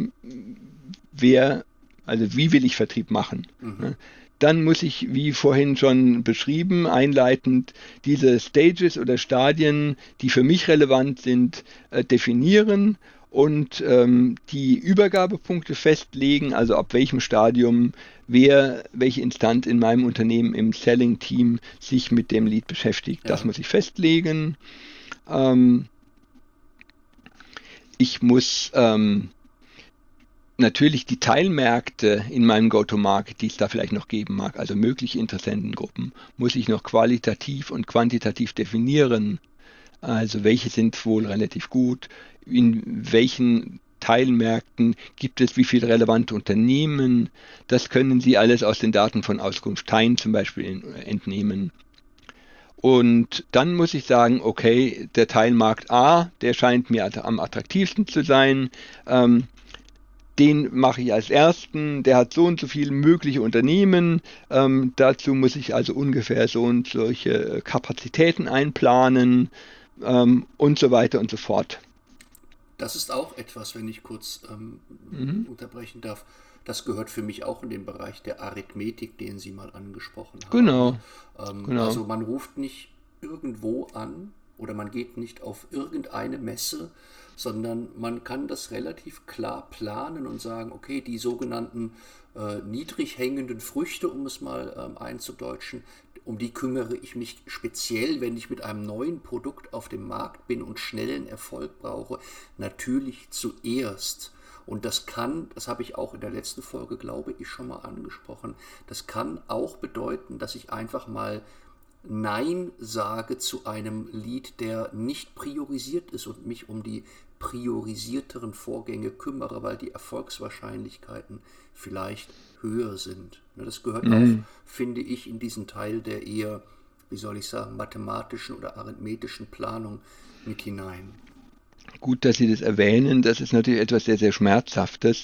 wie will ich Vertrieb machen. Ne? Dann muss ich, wie vorhin schon beschrieben, einleitend diese Stages oder Stadien, die für mich relevant sind, definieren und die Übergabepunkte festlegen, also ab welchem Stadium welche Instanz in meinem Unternehmen im Selling-Team sich mit dem Lead beschäftigt. Ja. Das muss ich festlegen. Ich muss natürlich die Teilmärkte in meinem Go-to-Market, die es da vielleicht noch geben mag, also mögliche Interessentengruppen, muss ich noch qualitativ und quantitativ definieren. Also welche sind wohl relativ gut, in welchen Teilmärkten gibt es wie viele relevante Unternehmen. Das können Sie alles aus den Daten von Auskunft Tein zum Beispiel entnehmen. Und dann muss ich sagen, okay, der Teilmarkt A, der scheint mir am attraktivsten zu sein. Den mache ich als ersten, der hat so und so viele mögliche Unternehmen, dazu muss ich also ungefähr so und solche Kapazitäten einplanen und so weiter und so fort. Das ist auch etwas, wenn ich kurz unterbrechen darf, das gehört für mich auch in den Bereich der Arithmetik, den Sie mal angesprochen haben. Genau. Genau. Also man ruft nicht irgendwo an oder man geht nicht auf irgendeine Messe, sondern man kann das relativ klar planen und sagen, okay, die sogenannten niedrig hängenden Früchte, um es mal einzudeutschen, um die kümmere ich mich speziell, wenn ich mit einem neuen Produkt auf dem Markt bin und schnellen Erfolg brauche, natürlich zuerst. Und das habe ich auch in der letzten Folge, glaube ich, schon mal angesprochen, das kann auch bedeuten, dass ich einfach mal Nein sage zu einem Lead, der nicht priorisiert ist und mich um die priorisierteren Vorgänge kümmere, weil die Erfolgswahrscheinlichkeiten vielleicht höher sind. Das gehört auch, finde ich, in diesen Teil der eher, wie soll ich sagen, mathematischen oder arithmetischen Planung mit hinein. Gut, dass Sie das erwähnen. Das ist natürlich etwas sehr, sehr Schmerzhaftes,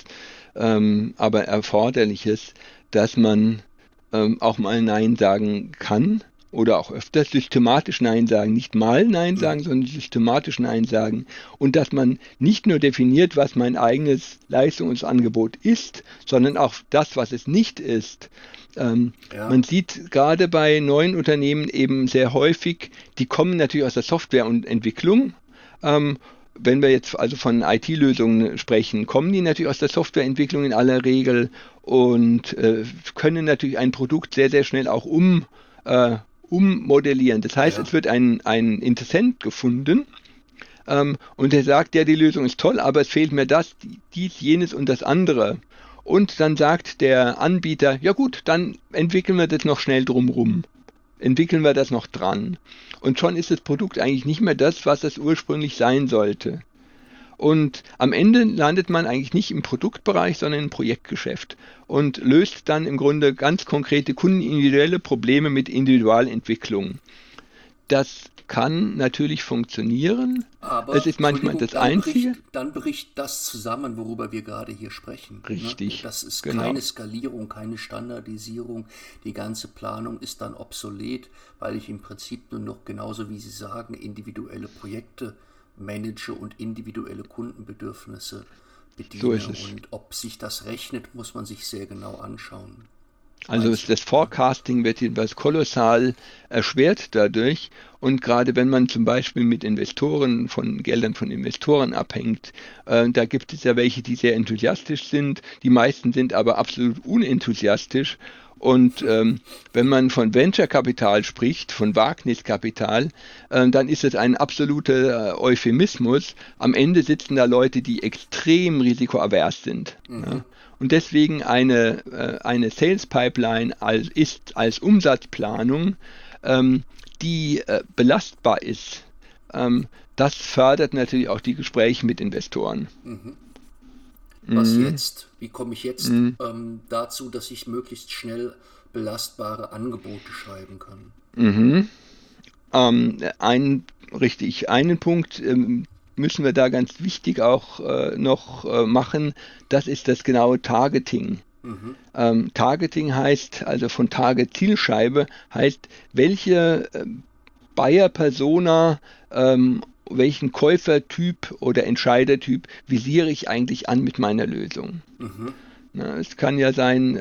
aber Erforderliches, dass man auch mal Nein sagen kann oder auch öfter systematisch Nein sagen. Nicht mal Nein sagen, sondern systematisch Nein sagen. Und dass man nicht nur definiert, was mein eigenes Leistungsangebot ist, sondern auch das, was es nicht ist. Man sieht gerade bei neuen Unternehmen eben sehr häufig, die kommen natürlich aus der Softwareentwicklung. Wenn wir jetzt also von IT-Lösungen sprechen, kommen die natürlich aus der Softwareentwicklung in aller Regel und können natürlich ein Produkt sehr, sehr schnell auch ummodellieren. Das heißt, es wird ein Interessent gefunden und der sagt, ja, die Lösung ist toll, aber es fehlt mir das, dies, jenes und das andere. Und dann sagt der Anbieter, ja gut, dann entwickeln wir das noch schnell drumrum. Entwickeln wir das noch dran. Und schon ist das Produkt eigentlich nicht mehr das, was es ursprünglich sein sollte. Und am Ende landet man eigentlich nicht im Produktbereich, sondern im Projektgeschäft und löst dann im Grunde ganz konkrete kundenindividuelle Probleme mit Individualentwicklung. Das kann natürlich funktionieren. Aber es ist manchmal das Einzige. Dann bricht das zusammen, worüber wir gerade hier sprechen. Richtig. Ne? Das ist keine Skalierung, keine Standardisierung. Die ganze Planung ist dann obsolet, weil ich im Prinzip nur noch, genauso wie Sie sagen, individuelle Projekte manage und individuelle Kundenbedürfnisse bediene. So ist es. Und ob sich das rechnet, muss man sich sehr genau anschauen. Also das Forecasting wird jedenfalls kolossal erschwert dadurch. Und gerade wenn man zum Beispiel mit Investoren, von Geldern von Investoren abhängt, da gibt es ja welche, die sehr enthusiastisch sind. Die meisten sind aber absolut unenthusiastisch. Und wenn man von Venture-Kapital spricht, von Wagniskapital, dann ist es ein absoluter Euphemismus. Am Ende sitzen da Leute, die extrem risikoavers sind. Ja. Und deswegen eine Sales Pipeline ist als Umsatzplanung, die belastbar ist. Das fördert natürlich auch die Gespräche mit Investoren. Was jetzt? Wie komme ich jetzt dazu, dass ich möglichst schnell belastbare Angebote schreiben kann? Einen Punkt müssen wir da ganz wichtig auch noch machen. Das ist das genaue Targeting. Mhm. Targeting heißt, also von Target-Zielscheibe, heißt, welche Buyer-Persona, welchen Käufertyp oder Entscheidertyp visiere ich eigentlich an mit meiner Lösung. Mhm. Na, es kann ja sein,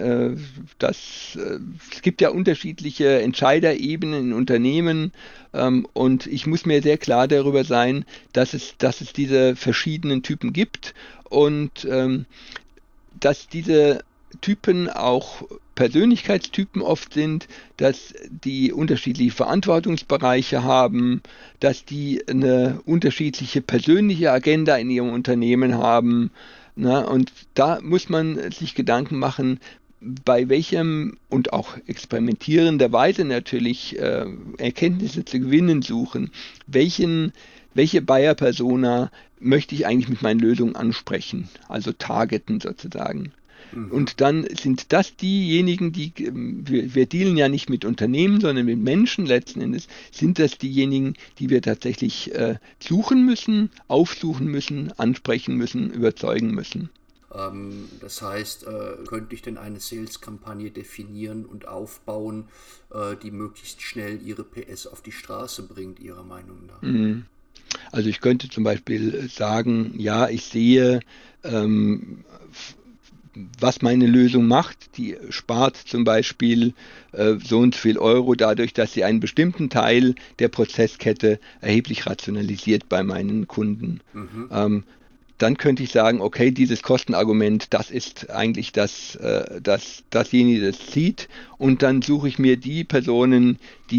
es gibt ja unterschiedliche Entscheiderebenen in Unternehmen, und ich muss mir sehr klar darüber sein, dass es diese verschiedenen Typen gibt und dass diese Typen auch Persönlichkeitstypen oft sind, dass die unterschiedliche Verantwortungsbereiche haben, dass die eine unterschiedliche persönliche Agenda in ihrem Unternehmen haben. Na, und da muss man sich Gedanken machen, bei welchem und auch experimentierenderweise natürlich Erkenntnisse zu gewinnen suchen, welche Buyer-Persona möchte ich eigentlich mit meinen Lösungen ansprechen, also targeten sozusagen. Mhm. Und dann sind das diejenigen, wir dealen ja nicht mit Unternehmen, sondern mit Menschen letzten Endes, sind das diejenigen, die wir tatsächlich suchen müssen, aufsuchen müssen, ansprechen müssen, überzeugen müssen. Das heißt, könnte ich denn eine Sales-Kampagne definieren und aufbauen, die möglichst schnell ihre PS auf die Straße bringt, Ihrer Meinung nach? Mhm. Also ich könnte zum Beispiel sagen, ja, ich sehe, ähm, was meine Lösung macht. Die spart zum Beispiel so und so viel Euro dadurch, dass sie einen bestimmten Teil der Prozesskette erheblich rationalisiert bei meinen Kunden. Mhm. Dann könnte ich sagen, okay, dieses Kostenargument, das ist eigentlich dasjenige, das zieht. Und dann suche ich mir die Personen,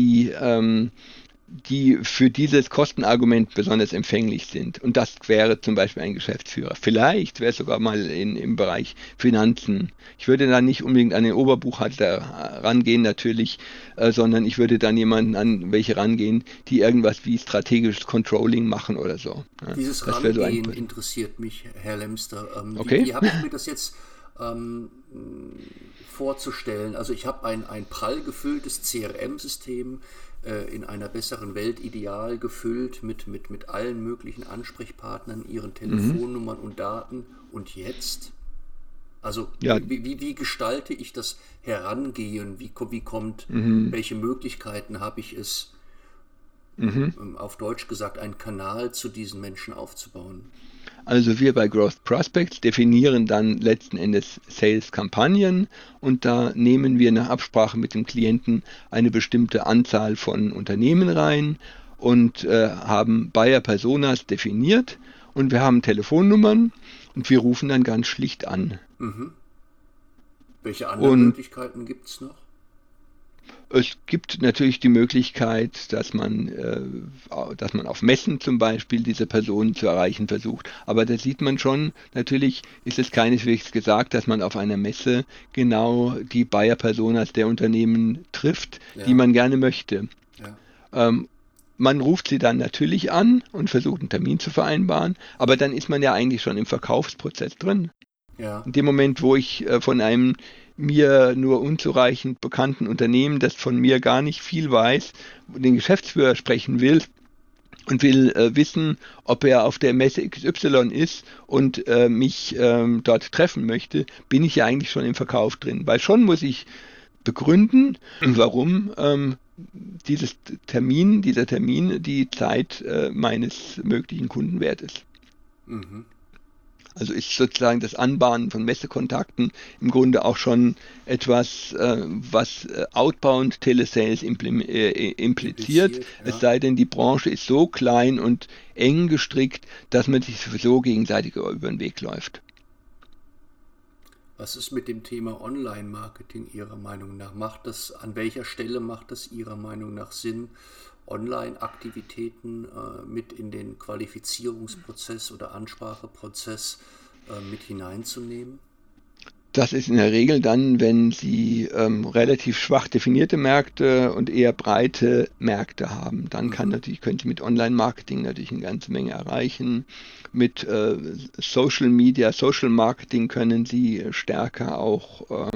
die für dieses Kostenargument besonders empfänglich sind. Und das wäre zum Beispiel ein Geschäftsführer. Vielleicht wäre es sogar mal im Bereich Finanzen. Ich würde dann nicht unbedingt an den Oberbuchhalter rangehen natürlich, sondern ich würde dann jemanden an welche rangehen, die irgendwas wie strategisches Controlling machen oder so. Ja, Dieses das wäre so ein Rangehen Punkt. interessiert mich, Herr Lemster. Okay? Wie habe ich mir das jetzt ähm, vorzustellen? Also ich habe ein prall gefülltes CRM-System in einer besseren Welt ideal gefüllt mit allen möglichen Ansprechpartnern, ihren Mhm. Telefonnummern und Daten. Und jetzt? Also Ja. wie gestalte ich das Herangehen? Wie kommt, Mhm. welche Möglichkeiten habe ich es, Mhm. auf Deutsch gesagt, einen Kanal zu diesen Menschen aufzubauen? Also wir bei Growth Prospects definieren dann letzten Endes Sales-Kampagnen und da nehmen wir nach Absprache mit dem Klienten eine bestimmte Anzahl von Unternehmen rein und haben Buyer-Personas definiert und wir haben Telefonnummern und wir rufen dann ganz schlicht an. Mhm. Welche anderen Und Möglichkeiten gibt es noch? es gibt natürlich die Möglichkeit, dass man auf Messen zum Beispiel diese Personen zu erreichen versucht. Aber da sieht man schon, natürlich ist es keineswegs gesagt, dass man auf einer Messe genau die Buyer-Personas der Unternehmen trifft, die Ja, man gerne möchte. ja, Ähm, Man ruft sie dann natürlich an und versucht einen Termin zu vereinbaren, aber dann ist man ja eigentlich schon im Verkaufsprozess drin. ja. In dem Moment, wo ich von einem mir nur unzureichend bekannten Unternehmen, das von mir gar nicht viel weiß, den Geschäftsführer sprechen will und will wissen, ob er auf der Messe XY ist und mich dort treffen möchte, bin ich ja eigentlich schon im Verkauf drin. Weil schon muss ich begründen, warum dieser Termin die Zeit meines möglichen Kunden wert ist. Mhm. Also ist sozusagen das Anbahnen von Messekontakten im Grunde auch schon etwas, was Outbound Telesales impliziert. Impliziert, Es ja. sei denn, die Branche ist so klein und eng gestrickt, dass man sich sowieso gegenseitig über den Weg läuft. Was ist mit dem Thema Online-Marketing Ihrer Meinung nach? An welcher Stelle macht es Ihrer Meinung nach Sinn, Online-Aktivitäten mit in den Qualifizierungsprozess oder Anspracheprozess mit hineinzunehmen? Das ist in der Regel dann, wenn Sie relativ schwach definierte Märkte und eher breite Märkte haben. Dann können Sie mit Online-Marketing natürlich eine ganze Menge erreichen. Mit Social Media, Social Marketing können Sie stärker auch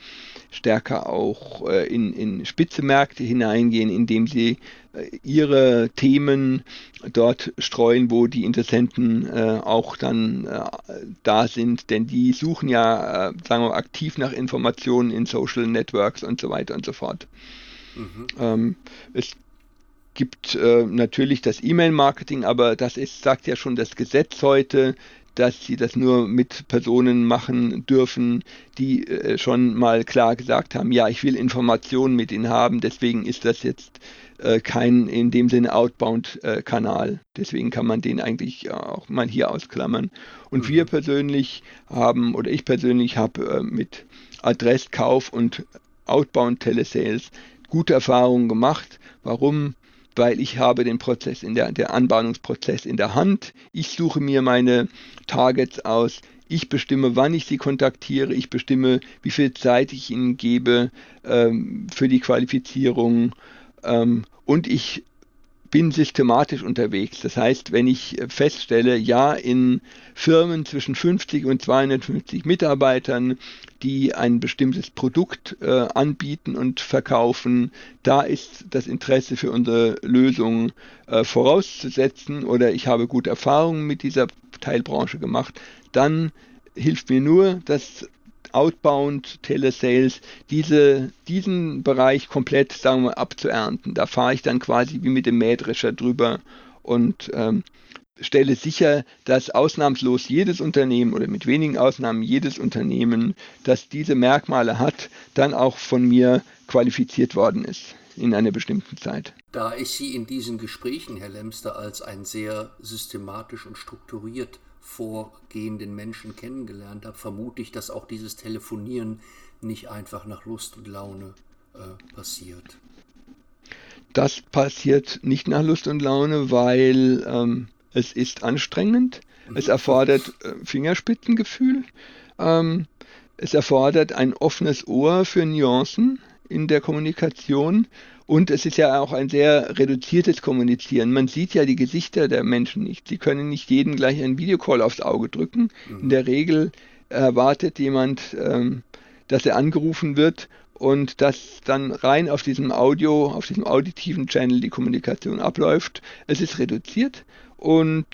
in spitze Märkte hineingehen, indem Sie Ihre Themen dort streuen, wo die Interessenten auch dann da sind, denn die suchen ja, sagen wir, aktiv nach Informationen in Social Networks und so weiter und so fort. Es gibt natürlich das E-Mail-Marketing, aber sagt ja schon das Gesetz heute, dass sie das nur mit Personen machen dürfen, die schon mal klar gesagt haben, ja, ich will Informationen mit ihnen haben, deswegen ist das jetzt kein in dem Sinne Outbound-Kanal. Deswegen kann man den eigentlich auch mal hier ausklammern. Und ich persönlich habe mit Adresskauf und Outbound-Telesales gute Erfahrungen gemacht. Warum? Weil ich habe den Prozess der Anbahnungsprozess in der Hand. Ich suche mir meine Targets aus. Ich bestimme, wann ich sie kontaktiere. Ich bestimme, wie viel Zeit ich ihnen gebe für die Qualifizierung. Und ich bin systematisch unterwegs. Das heißt, wenn ich feststelle, ja, in Firmen zwischen 50 und 250 Mitarbeitern, die ein bestimmtes Produkt anbieten und verkaufen, da ist das Interesse für unsere Lösung vorauszusetzen oder ich habe gute Erfahrungen mit dieser Teilbranche gemacht, dann hilft mir nur das Outbound Telesales, diesen Bereich komplett, sagen wir, abzuernten. Da fahre ich dann quasi wie mit dem Mähdrescher drüber und stelle sicher, dass ausnahmslos jedes Unternehmen oder mit wenigen Ausnahmen jedes Unternehmen, das diese Merkmale hat, dann auch von mir qualifiziert worden ist in einer bestimmten Zeit. Da ich Sie in diesen Gesprächen, Herr Lemster, als ein sehr systematisch und strukturiert vorgehenden Menschen kennengelernt habe, vermute ich, dass auch dieses Telefonieren nicht einfach nach Lust und Laune passiert. Das passiert nicht nach Lust und Laune, weil es ist anstrengend, es erfordert Fingerspitzengefühl, es erfordert ein offenes Ohr für Nuancen in der Kommunikation und es ist ja auch ein sehr reduziertes Kommunizieren. Man sieht ja die Gesichter der Menschen nicht. Sie können nicht jedem gleich einen Videocall aufs Auge drücken. In der Regel erwartet jemand, dass er angerufen wird und dass dann rein auf diesem auditiven Channel die Kommunikation abläuft. Es ist reduziert und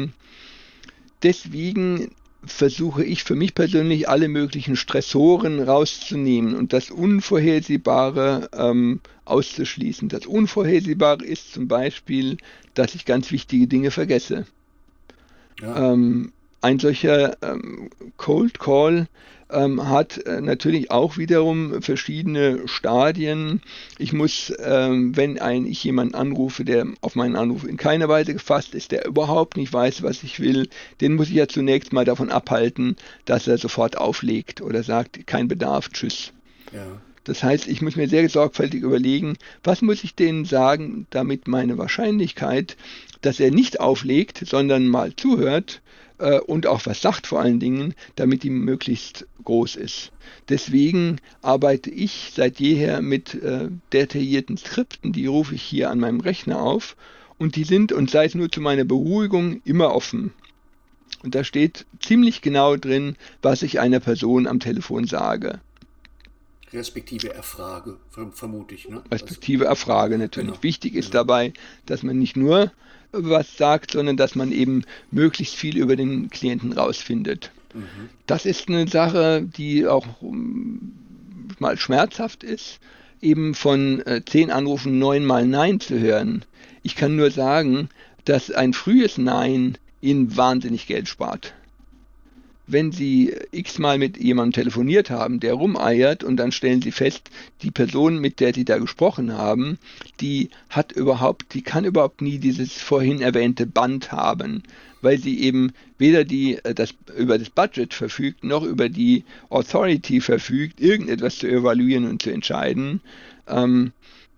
deswegen versuche ich für mich persönlich alle möglichen Stressoren rauszunehmen und das Unvorhersehbare auszuschließen. Das Unvorhersehbare ist zum Beispiel, dass ich ganz wichtige Dinge vergesse. Ja. Ein solcher Cold Call hat natürlich auch wiederum verschiedene Stadien. Ich muss, wenn ich jemanden anrufe, der auf meinen Anruf in keiner Weise gefasst ist, der überhaupt nicht weiß, was ich will, den muss ich ja zunächst mal davon abhalten, dass er sofort auflegt oder sagt, kein Bedarf, tschüss. Ja. Das heißt, ich muss mir sehr sorgfältig überlegen, was muss ich denen sagen, damit meine Wahrscheinlichkeit, dass er nicht auflegt, sondern mal zuhört, und auch was sagt vor allen Dingen, damit die möglichst groß ist. Deswegen arbeite ich seit jeher mit detaillierten Skripten, die rufe ich hier an meinem Rechner auf und die sind, und sei es nur zu meiner Beruhigung, immer offen. Und da steht ziemlich genau drin, was ich einer Person am Telefon sage. Respektive erfrage, vermute ich. Ne? Respektive erfrage natürlich. Genau. Wichtig ist dabei, dass man nicht nur was sagt, sondern dass man eben möglichst viel über den Klienten rausfindet. Das ist eine Sache, die auch mal schmerzhaft ist, eben von 10 Anrufen 9 Mal Nein zu hören. Ich kann nur sagen, dass ein frühes Nein Ihnen wahnsinnig Geld spart. Wenn Sie x-mal mit jemandem telefoniert haben, der rumeiert und dann stellen Sie fest, die Person, mit der Sie da gesprochen haben, die kann überhaupt nie dieses vorhin erwähnte Band haben, weil sie eben weder über das Budget verfügt, noch über die Authority verfügt, irgendetwas zu evaluieren und zu entscheiden, dann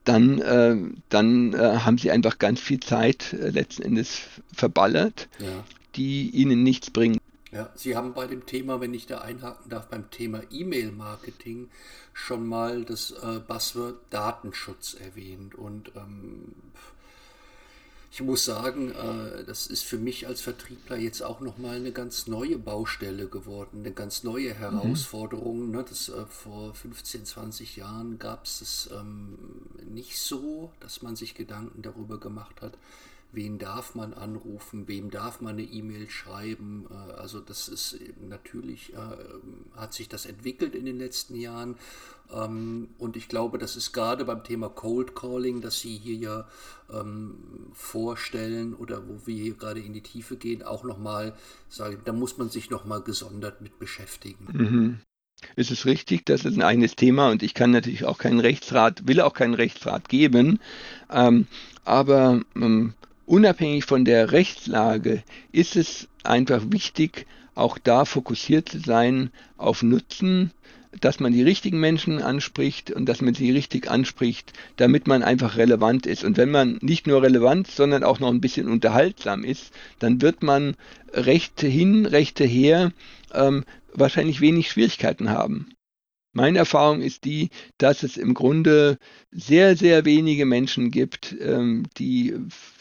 haben Sie einfach ganz viel Zeit letzten Endes verballert, die Ihnen nichts bringt. Ja, Sie haben bei dem Thema, wenn ich da einhaken darf, beim Thema E-Mail-Marketing schon mal das Buzzword Datenschutz erwähnt. Und ich muss sagen, das ist für mich als Vertriebler jetzt auch nochmal eine ganz neue Baustelle geworden, eine ganz neue Mhm. Herausforderung. Ne? Vor 15, 20 Jahren gab es das nicht so, dass man sich Gedanken darüber gemacht hat, wen darf man anrufen, wem darf man eine E-Mail schreiben. Also das ist natürlich, hat sich das entwickelt in den letzten Jahren. Und ich glaube, das ist gerade beim Thema Cold Calling, das Sie hier ja vorstellen oder wo wir hier gerade in die Tiefe gehen, auch nochmal sagen, da muss man sich nochmal gesondert mit beschäftigen. Mhm. Es ist richtig, das ist ein eigenes Thema und ich kann natürlich auch keinen Rechtsrat, will auch keinen Rechtsrat geben, ähm, aber unabhängig von der Rechtslage ist es einfach wichtig, auch da fokussiert zu sein auf Nutzen, dass man die richtigen Menschen anspricht und dass man sie richtig anspricht, damit man einfach relevant ist. Und wenn man nicht nur relevant, sondern auch noch ein bisschen unterhaltsam ist, dann wird man Rechte hin, Rechte her wahrscheinlich wenig Schwierigkeiten haben. Meine Erfahrung ist die, dass es im Grunde sehr, sehr wenige Menschen gibt, die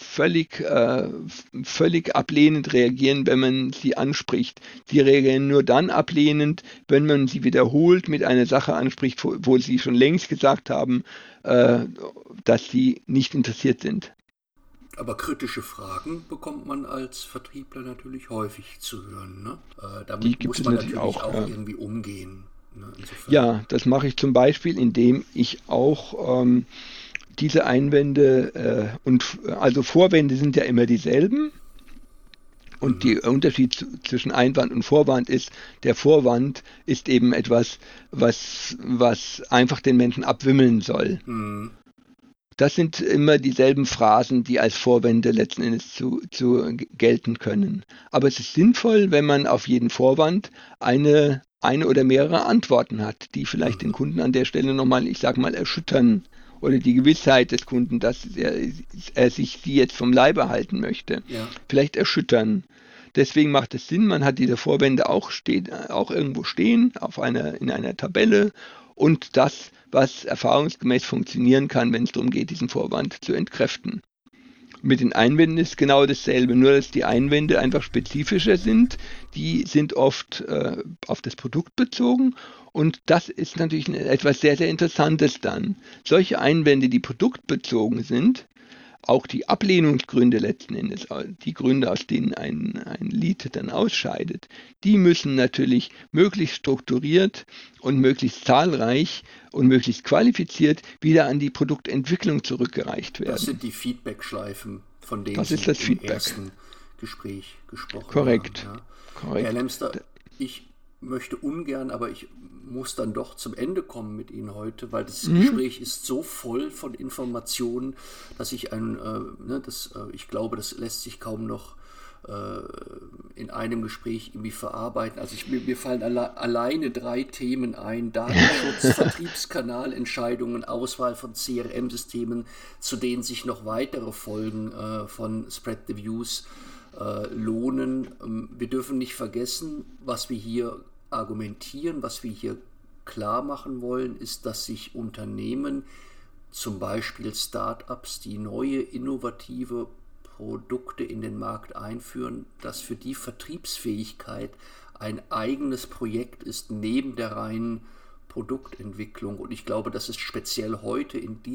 völlig ablehnend reagieren, wenn man sie anspricht. Die reagieren nur dann ablehnend, wenn man sie wiederholt mit einer Sache anspricht, wo sie schon längst gesagt haben, äh, dass sie nicht interessiert sind. Aber kritische Fragen bekommt man als Vertriebler natürlich häufig zu hören. Ne? Die Damit gibt muss es man natürlich natürlich auch. auch Ja. irgendwie umgehen. Ne? Insofern. Ja, das mache ich zum Beispiel, indem ich auch diese Einwände also Vorwände sind ja immer dieselben und Mhm. der Unterschied zwischen Einwand und Vorwand ist, der Vorwand ist eben etwas, was einfach den Menschen abwimmeln soll. Mhm. Das sind immer dieselben Phrasen, die als Vorwände letzten Endes zu gelten können. Aber es ist sinnvoll, wenn man auf jeden Vorwand eine oder mehrere Antworten hat, die vielleicht den Mhm. Kunden an der Stelle nochmal, ich sag mal, erschüttern oder die Gewissheit des Kunden, dass er sich die jetzt vom Leibe halten möchte, Ja. vielleicht erschüttern. Deswegen macht es Sinn, man hat diese Vorwände auch irgendwo stehen, in einer Tabelle und das, was erfahrungsgemäß funktionieren kann, wenn es darum geht, diesen Vorwand zu entkräften. Mit den Einwänden ist genau dasselbe, nur dass die Einwände einfach spezifischer sind. Die sind oft auf das Produkt bezogen und das ist natürlich etwas sehr, sehr Interessantes dann. Solche Einwände, die produktbezogen sind, auch die Ablehnungsgründe letzten Endes, die Gründe, aus denen ein Lied dann ausscheidet, die müssen natürlich möglichst strukturiert und möglichst zahlreich und möglichst qualifiziert wieder an die Produktentwicklung zurückgereicht Das werden. sind die Feedback-Schleifen, von denen Das ist Sie das im Feedback. ersten Gespräch gesprochen haben. Korrekt, Ja. Herr korrekt. Lemster, ich möchte ungern, aber ich muss dann doch zum Ende kommen mit Ihnen heute, weil das Mhm. Gespräch ist so voll von Informationen, dass ich glaube, das lässt sich kaum noch äh, in einem Gespräch irgendwie verarbeiten. Also mir fallen alleine 3 Themen ein: Datenschutz, Vertriebskanalentscheidungen, Auswahl von CRM-Systemen, zu denen sich noch weitere Folgen von Spread the Views lohnen. Wir dürfen nicht vergessen, was wir hier argumentieren, was wir hier klar machen wollen, ist, dass sich Unternehmen, zum Beispiel Start-ups, die neue innovative Produkte in den Markt einführen, dass für die Vertriebsfähigkeit ein eigenes Projekt ist neben der reinen Produktentwicklung. Und ich glaube, das ist speziell heute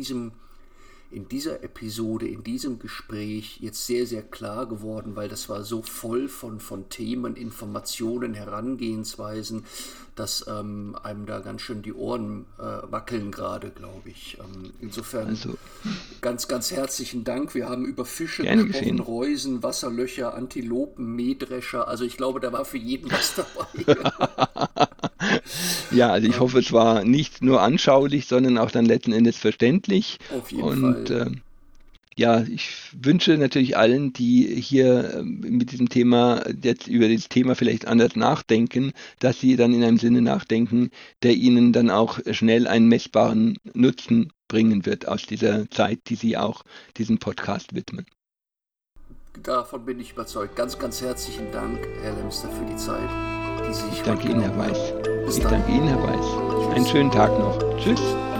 in dieser Episode, in diesem Gespräch jetzt sehr, sehr klar geworden, weil das war so voll von Themen, Informationen, Herangehensweisen, dass einem da ganz schön die Ohren wackeln gerade, glaube ich. Insofern Also ganz, ganz herzlichen Dank. Wir haben über Fische gerne gesprochen, geschehen. Reusen, Wasserlöcher, Antilopen, Mähdrescher. Also ich glaube, da war für jeden was dabei. Ja, also ich hoffe, es war nicht nur anschaulich, sondern auch dann letzten Endes verständlich. Auf jeden Und Fall. ja, ich wünsche natürlich allen, die hier mit diesem Thema, jetzt über dieses Thema vielleicht anders nachdenken, dass sie dann in einem Sinne nachdenken, der ihnen dann auch schnell einen messbaren Nutzen bringen wird aus dieser Zeit, die sie auch diesem Podcast widmen. Davon bin ich überzeugt. Ganz, ganz herzlichen Dank, Herr Lemster, für die Zeit, die Sie sich Ich danke Ihnen, Herr Weiß. Bis Ich dann. danke Ihnen, Herr Weiß. Tschüss. Einen schönen Tag noch. Tschüss.